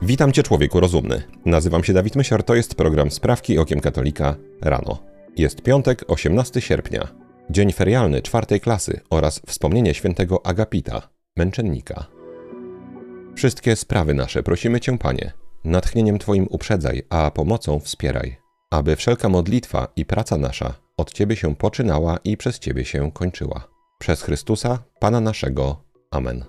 Witam Cię, człowieku rozumny. Nazywam się Dawid Mysior, to jest program Sprawki Okiem Katolika rano. Jest piątek, 18 sierpnia, dzień ferialny 4. klasy oraz wspomnienie świętego Agapita, męczennika. Wszystkie sprawy nasze prosimy Cię, Panie, natchnieniem Twoim uprzedzaj, a pomocą wspieraj, aby wszelka modlitwa i praca nasza od Ciebie się poczynała i przez Ciebie się kończyła. Przez Chrystusa, Pana naszego. Amen.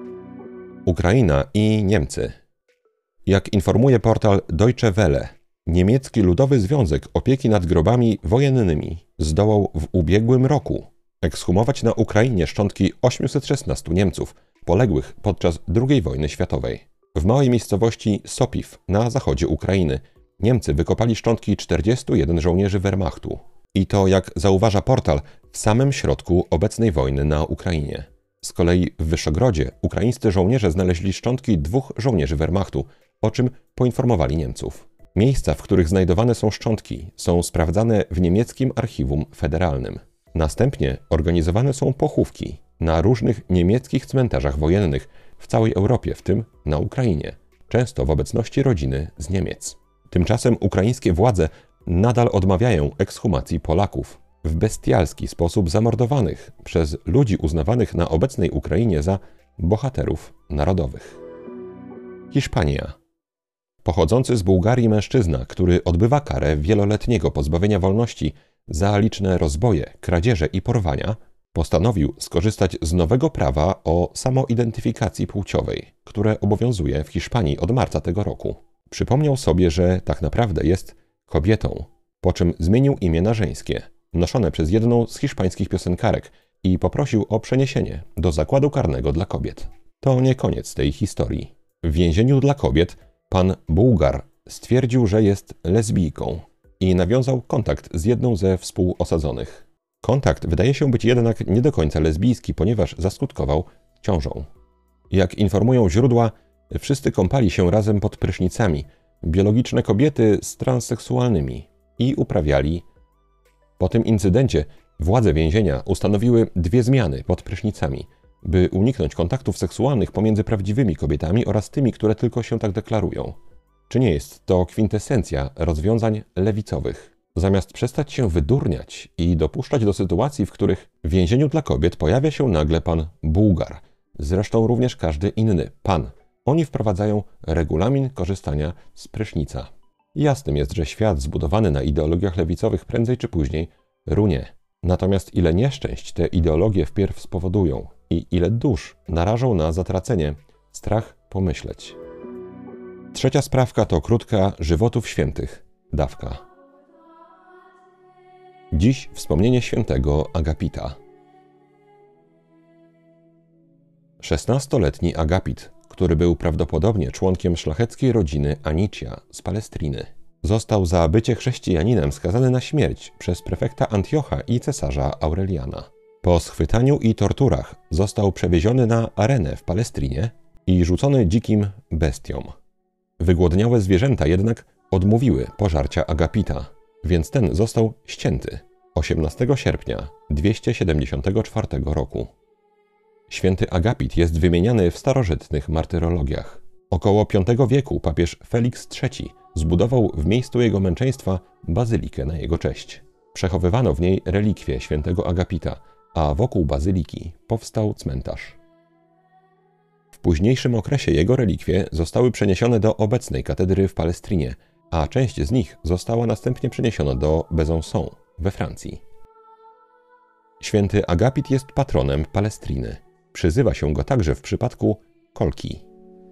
Ukraina i Niemcy. Jak informuje portal Deutsche Welle, niemiecki Ludowy Związek Opieki nad Grobami Wojennymi zdołał w ubiegłym roku ekshumować na Ukrainie szczątki 816 Niemców poległych podczas II wojny światowej. W małej miejscowości Sopiw na zachodzie Ukrainy Niemcy wykopali szczątki 41 żołnierzy Wehrmachtu. I to, jak zauważa portal, w samym środku obecnej wojny na Ukrainie. Z kolei w Wyszogrodzie ukraińscy żołnierze znaleźli szczątki 2 żołnierzy Wehrmachtu, o czym poinformowali Niemców. Miejsca, w których znajdowane są szczątki, są sprawdzane w niemieckim archiwum federalnym. Następnie organizowane są pochówki na różnych niemieckich cmentarzach wojennych w całej Europie, w tym na Ukrainie, często w obecności rodziny z Niemiec. Tymczasem ukraińskie władze nadal odmawiają ekshumacji Polaków, w bestialski sposób zamordowanych przez ludzi uznawanych na obecnej Ukrainie za bohaterów narodowych. Hiszpania. Pochodzący z Bułgarii mężczyzna, który odbywa karę wieloletniego pozbawienia wolności za liczne rozboje, kradzieże i porwania, postanowił skorzystać z nowego prawa o samoidentyfikacji płciowej, które obowiązuje w Hiszpanii od marca tego roku. Przypomniał sobie, że tak naprawdę jest kobietą, po czym zmienił imię na żeńskie, noszone przez jedną z hiszpańskich piosenkarek i poprosił o przeniesienie do zakładu karnego dla kobiet. To nie koniec tej historii. W więzieniu dla kobiet pan Bułgar stwierdził, że jest lesbijką i nawiązał kontakt z jedną ze współosadzonych. Kontakt wydaje się być jednak nie do końca lesbijski, ponieważ zaskutkował ciążą. Jak informują źródła, wszyscy kąpali się razem pod prysznicami, biologiczne kobiety z transseksualnymi i uprawiali. Po tym incydencie władze więzienia ustanowiły 2 zmiany pod prysznicami, by uniknąć kontaktów seksualnych pomiędzy prawdziwymi kobietami oraz tymi, które tylko się tak deklarują. Czy nie jest to kwintesencja rozwiązań lewicowych? Zamiast przestać się wydurniać i dopuszczać do sytuacji, w których w więzieniu dla kobiet pojawia się nagle pan Bułgar, zresztą również każdy inny pan, oni wprowadzają regulamin korzystania z prysznica. Jasnym jest, że świat zbudowany na ideologiach lewicowych prędzej czy później runie. Natomiast ile nieszczęść te ideologie wpierw spowodują i ile dusz narażą na zatracenie, strach pomyśleć. Trzecia sprawka to krótka żywotów świętych, dawka. Dziś wspomnienie świętego Agapita. 16-letni Agapit, który był prawdopodobnie członkiem szlacheckiej rodziny Anicia z Palestriny, został za bycie chrześcijaninem skazany na śmierć przez prefekta Antiocha i cesarza Aureliana. Po schwytaniu i torturach został przewieziony na arenę w Palestrinie i rzucony dzikim bestiom. Wygłodniałe zwierzęta jednak odmówiły pożarcia Agapita, więc ten został ścięty 18 sierpnia 274 roku. Święty Agapit jest wymieniany w starożytnych martyrologiach. Około V wieku papież Felix III zbudował w miejscu jego męczeństwa bazylikę na jego cześć. Przechowywano w niej relikwie świętego Agapita, a wokół bazyliki powstał cmentarz. W późniejszym okresie jego relikwie zostały przeniesione do obecnej katedry w Palestrinie, a część z nich została następnie przeniesiona do Besançon we Francji. Święty Agapit jest patronem Palestriny. Przyzywa się go także w przypadku kolki.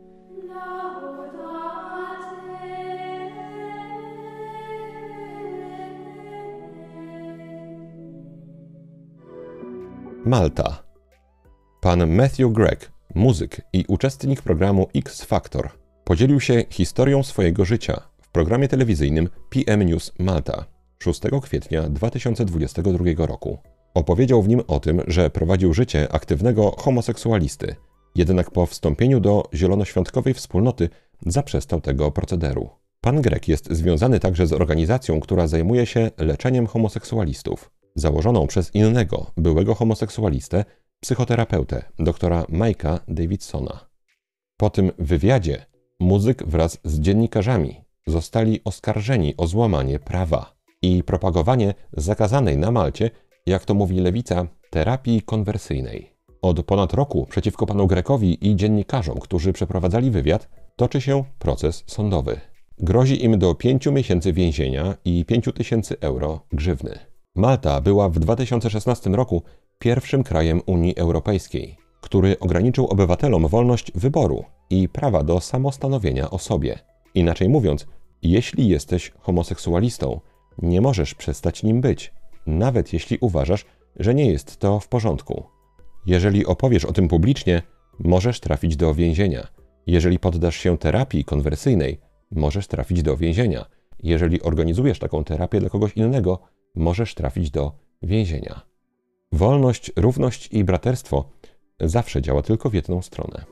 Malta. Pan Matthew Gregg, muzyk i uczestnik programu X Factor, podzielił się historią swojego życia w programie telewizyjnym PM News Malta 6 kwietnia 2022 roku. Opowiedział w nim o tym, że prowadził życie aktywnego homoseksualisty, jednak po wstąpieniu do zielonoświątkowej wspólnoty zaprzestał tego procederu. Pan Gregg jest związany także z organizacją, która zajmuje się leczeniem homoseksualistów, założoną przez innego, byłego homoseksualistę, psychoterapeutę, doktora Mike'a Davidsona. Po tym wywiadzie Muzyk wraz z dziennikarzami zostali oskarżeni o złamanie prawa i propagowanie zakazanej na Malcie, jak to mówi lewica, terapii konwersyjnej. Od ponad roku przeciwko panu Grekowi i dziennikarzom, którzy przeprowadzali wywiad, toczy się proces sądowy. Grozi im do 5 miesięcy więzienia i 5000 euro grzywny. Malta była w 2016 roku pierwszym krajem Unii Europejskiej, który ograniczył obywatelom wolność wyboru i prawa do samostanowienia o sobie. Inaczej mówiąc, jeśli jesteś homoseksualistą, nie możesz przestać nim być, nawet jeśli uważasz, że nie jest to w porządku. Jeżeli opowiesz o tym publicznie, możesz trafić do więzienia. Jeżeli poddasz się terapii konwersyjnej, możesz trafić do więzienia. Jeżeli organizujesz taką terapię dla kogoś innego, możesz trafić do więzienia. Wolność, równość i braterstwo zawsze działa tylko w jedną stronę.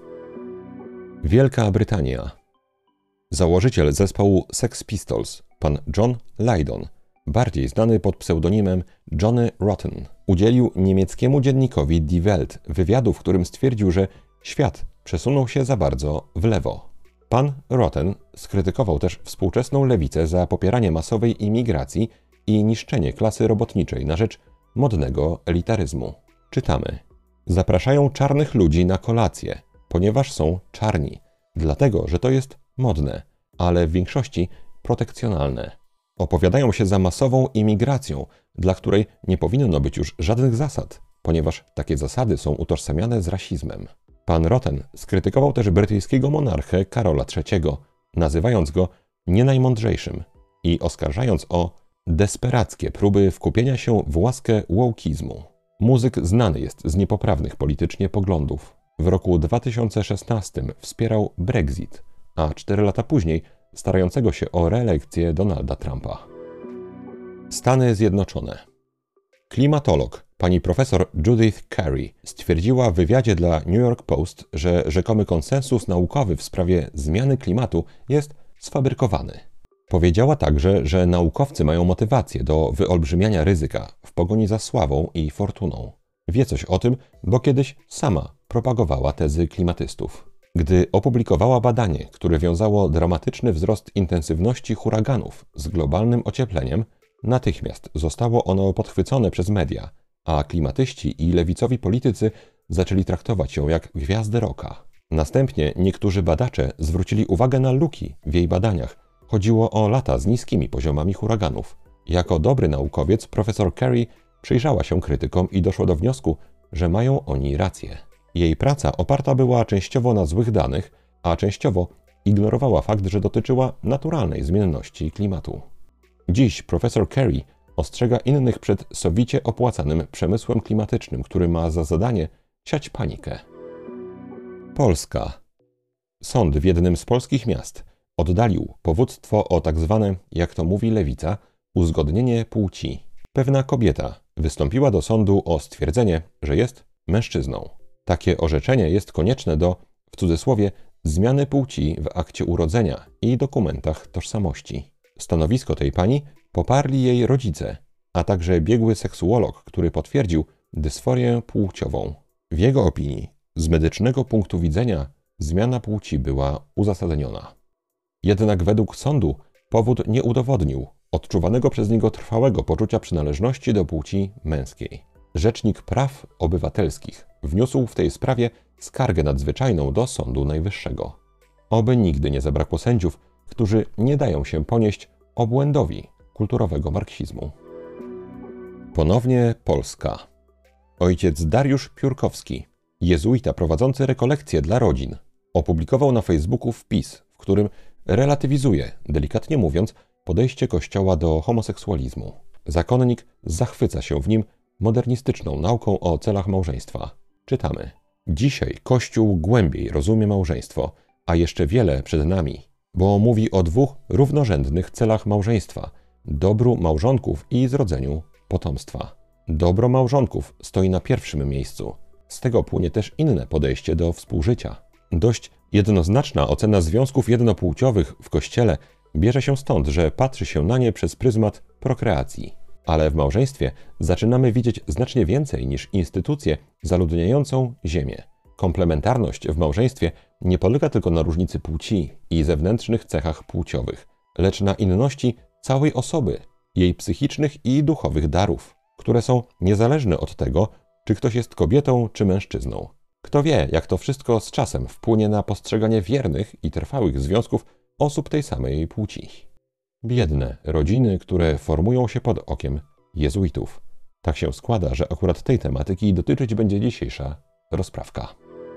Wielka Brytania. Założyciel zespołu Sex Pistols, pan John Lydon, bardziej znany pod pseudonimem Johnny Rotten, udzielił niemieckiemu dziennikowi Die Welt wywiadu, w którym stwierdził, że świat przesunął się za bardzo w lewo. Pan Rotten skrytykował też współczesną lewicę za popieranie masowej imigracji i niszczenie klasy robotniczej na rzecz modnego elitaryzmu. Czytamy: zapraszają czarnych ludzi na kolację, ponieważ są czarni, dlatego że to jest modne, ale w większości protekcjonalne. Opowiadają się za masową imigracją, dla której nie powinno być już żadnych zasad, ponieważ takie zasady są utożsamiane z rasizmem. Pan Rotten skrytykował też brytyjskiego monarchę Karola III, nazywając go nie najmądrzejszym i oskarżając o desperackie próby wkupienia się w łaskę wokeizmu. Muzyk znany jest z niepoprawnych politycznie poglądów. W roku 2016 wspierał Brexit, a 4 lata później starającego się o reelekcję Donalda Trumpa. Stany Zjednoczone. Klimatolog pani profesor Judith Carey stwierdziła w wywiadzie dla New York Post, że rzekomy konsensus naukowy w sprawie zmiany klimatu jest sfabrykowany. Powiedziała także, że naukowcy mają motywację do wyolbrzymiania ryzyka w pogoni za sławą i fortuną. Wie coś o tym, bo kiedyś sama propagowała tezy klimatystów. Gdy opublikowała badanie, które wiązało dramatyczny wzrost intensywności huraganów z globalnym ociepleniem, natychmiast zostało ono podchwycone przez media, a klimatyści i lewicowi politycy zaczęli traktować ją jak gwiazdę rocka. Następnie niektórzy badacze zwrócili uwagę na luki w jej badaniach. Chodziło o lata z niskimi poziomami huraganów. Jako dobry naukowiec profesor Carey przyjrzała się krytykom i doszła do wniosku, że mają oni rację. Jej praca oparta była częściowo na złych danych, a częściowo ignorowała fakt, że dotyczyła naturalnej zmienności klimatu. Dziś profesor Carey ostrzega innych przed sowicie opłacanym przemysłem klimatycznym, który ma za zadanie siać panikę. Polska. Sąd w jednym z polskich miast oddalił powództwo o tak zwane, jak to mówi lewica, uzgodnienie płci. Pewna kobieta wystąpiła do sądu o stwierdzenie, że jest mężczyzną. Takie orzeczenie jest konieczne do, w cudzysłowie, zmiany płci w akcie urodzenia i dokumentach tożsamości. Stanowisko tej pani poparli jej rodzice, a także biegły seksuolog, który potwierdził dysforię płciową. W jego opinii, z medycznego punktu widzenia, zmiana płci była uzasadniona. Jednak według sądu powód nie udowodnił odczuwanego przez niego trwałego poczucia przynależności do płci męskiej. Rzecznik Praw Obywatelskich wniósł w tej sprawie skargę nadzwyczajną do Sądu Najwyższego. Oby nigdy nie zabrakło sędziów, którzy nie dają się ponieść obłędowi kulturowego marksizmu. Ponownie Polska. Ojciec Dariusz Piórkowski, jezuita prowadzący rekolekcje dla rodzin, opublikował na Facebooku wpis, w którym relatywizuje, delikatnie mówiąc, podejście Kościoła do homoseksualizmu. Zakonnik zachwyca się w nim modernistyczną nauką o celach małżeństwa. Czytamy: dzisiaj Kościół głębiej rozumie małżeństwo, a jeszcze wiele przed nami, bo mówi o 2 równorzędnych celach małżeństwa: dobru małżonków i zrodzeniu potomstwa. Dobro małżonków stoi na pierwszym miejscu. Z tego płynie też inne podejście do współżycia. Dość jednoznaczna ocena związków jednopłciowych w Kościele bierze się stąd, że patrzy się na nie przez pryzmat prokreacji. Ale w małżeństwie zaczynamy widzieć znacznie więcej niż instytucję zaludniającą ziemię. Komplementarność w małżeństwie nie polega tylko na różnicy płci i zewnętrznych cechach płciowych, lecz na inności całej osoby, jej psychicznych i duchowych darów, które są niezależne od tego, czy ktoś jest kobietą czy mężczyzną. Kto wie, jak to wszystko z czasem wpłynie na postrzeganie wiernych i trwałych związków osób tej samej płci. Biedne rodziny, które formują się pod okiem jezuitów. Tak się składa, że akurat tej tematyki dotyczyć będzie dzisiejsza rozprawka.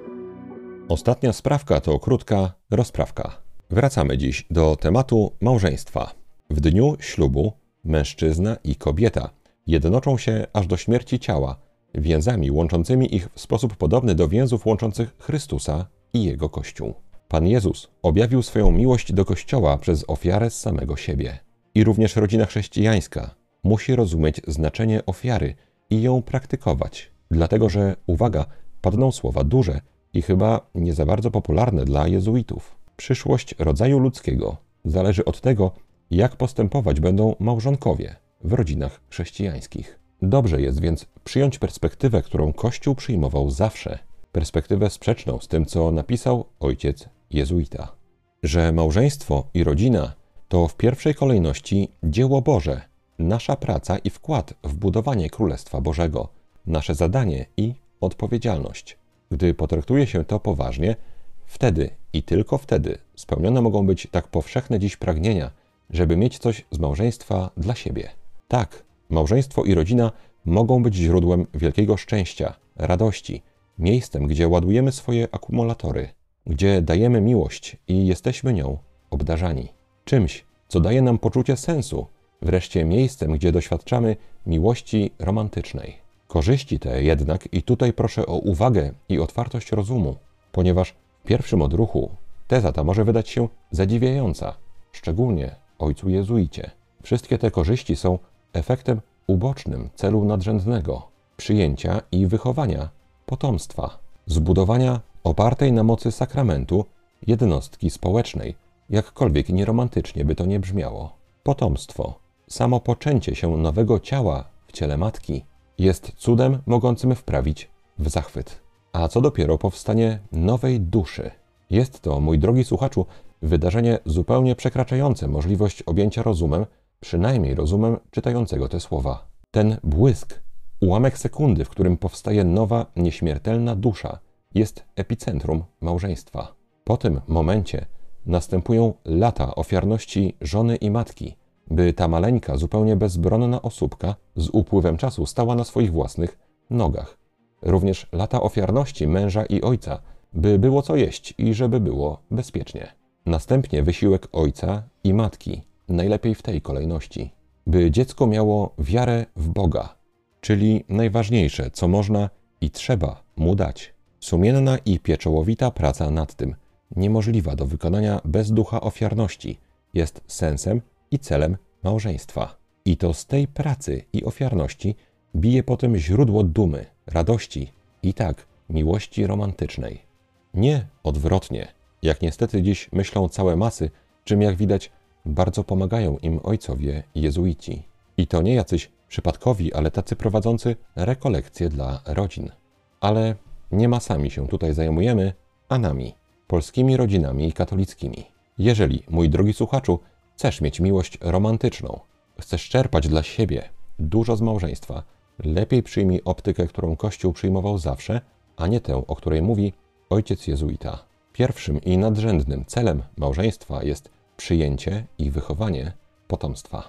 Ostatnia sprawka to krótka rozprawka. Wracamy dziś do tematu małżeństwa. W dniu ślubu mężczyzna i kobieta jednoczą się aż do śmierci ciała, więzami łączącymi ich w sposób podobny do więzów łączących Chrystusa i Jego Kościół. Pan Jezus objawił swoją miłość do Kościoła przez ofiarę z samego siebie. I również rodzina chrześcijańska musi rozumieć znaczenie ofiary i ją praktykować, dlatego że, uwaga, padną słowa duże i chyba nie za bardzo popularne dla jezuitów. Przyszłość rodzaju ludzkiego zależy od tego, jak postępować będą małżonkowie w rodzinach chrześcijańskich. Dobrze jest więc przyjąć perspektywę, którą Kościół przyjmował zawsze, perspektywę sprzeczną z tym, co napisał ojciec jezuita, że małżeństwo i rodzina to w pierwszej kolejności dzieło Boże, nasza praca i wkład w budowanie Królestwa Bożego, nasze zadanie i odpowiedzialność. Gdy potraktuje się to poważnie, wtedy i tylko wtedy spełnione mogą być tak powszechne dziś pragnienia, żeby mieć coś z małżeństwa dla siebie. Tak, małżeństwo i rodzina mogą być źródłem wielkiego szczęścia, radości, miejscem, gdzie ładujemy swoje akumulatory, gdzie dajemy miłość i jesteśmy nią obdarzani. Czymś, co daje nam poczucie sensu, wreszcie miejscem, gdzie doświadczamy miłości romantycznej. Korzyści te jednak, i tutaj proszę o uwagę i otwartość rozumu, ponieważ w pierwszym odruchu teza ta może wydać się zadziwiająca, szczególnie ojcu jezuicie. Wszystkie te korzyści są efektem ubocznym celu nadrzędnego, przyjęcia i wychowania potomstwa, zbudowania opartej na mocy sakramentu jednostki społecznej, jakkolwiek nieromantycznie by to nie brzmiało. Potomstwo, samo poczęcie się nowego ciała w ciele matki jest cudem mogącym wprawić w zachwyt. A co dopiero powstanie nowej duszy. Jest to, mój drogi słuchaczu, wydarzenie zupełnie przekraczające możliwość objęcia rozumem, przynajmniej rozumem czytającego te słowa. Ten błysk, ułamek sekundy, w którym powstaje nowa, nieśmiertelna dusza, jest epicentrum małżeństwa. Po tym momencie następują lata ofiarności żony i matki, by ta maleńka, zupełnie bezbronna osóbka z upływem czasu stała na swoich własnych nogach. Również lata ofiarności męża i ojca, by było co jeść i żeby było bezpiecznie. Następnie wysiłek ojca i matki, najlepiej w tej kolejności, by dziecko miało wiarę w Boga, czyli najważniejsze, co można i trzeba mu dać. Sumienna i pieczołowita praca nad tym, niemożliwa do wykonania bez ducha ofiarności, jest sensem i celem małżeństwa. I to z tej pracy i ofiarności bije potem źródło dumy, radości i tak miłości romantycznej. Nie odwrotnie, jak niestety dziś myślą całe masy, czym jak widać bardzo pomagają im ojcowie jezuici. I to nie jacyś przypadkowi, ale tacy prowadzący rekolekcje dla rodzin. Ale nie masami się tutaj zajmujemy, a nami, polskimi rodzinami katolickimi. Jeżeli, mój drogi słuchaczu, chcesz mieć miłość romantyczną, chcesz czerpać dla siebie dużo z małżeństwa, lepiej przyjmij optykę, którą Kościół przyjmował zawsze, a nie tę, o której mówi ojciec jezuita. Pierwszym i nadrzędnym celem małżeństwa jest przyjęcie i wychowanie potomstwa.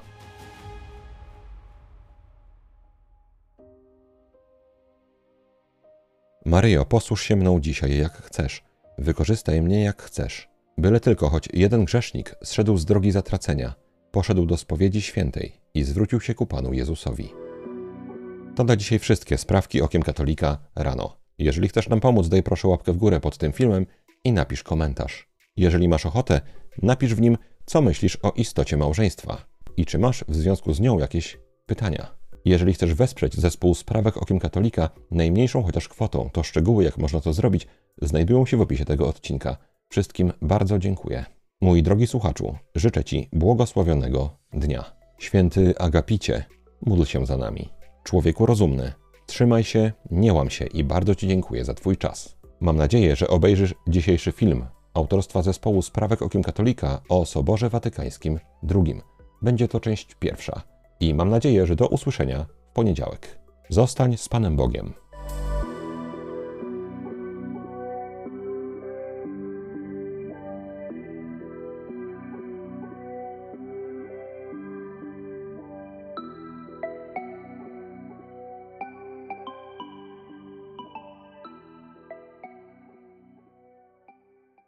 Maryjo, posłuż się mną dzisiaj jak chcesz, wykorzystaj mnie jak chcesz. Byle tylko choć jeden grzesznik zszedł z drogi zatracenia, poszedł do spowiedzi świętej i zwrócił się ku Panu Jezusowi. To na dzisiaj wszystkie sprawki Okiem Katolika rano. Jeżeli chcesz nam pomóc, daj proszę łapkę w górę pod tym filmem i napisz komentarz. Jeżeli masz ochotę, napisz w nim, co myślisz o istocie małżeństwa i czy masz w związku z nią jakieś pytania. Jeżeli chcesz wesprzeć zespół Sprawek Okiem Katolika najmniejszą chociaż kwotą, to szczegóły, jak można to zrobić, znajdują się w opisie tego odcinka. Wszystkim bardzo dziękuję. Mój drogi słuchaczu, życzę Ci błogosławionego dnia. Święty Agapicie, módl się za nami. Człowieku rozumny, trzymaj się, nie łam się i bardzo Ci dziękuję za Twój czas. Mam nadzieję, że obejrzysz dzisiejszy film autorstwa zespołu Sprawek Okiem Katolika o Soborze Watykańskim II. Będzie to część pierwsza. I mam nadzieję, że do usłyszenia w poniedziałek. Zostań z Panem Bogiem.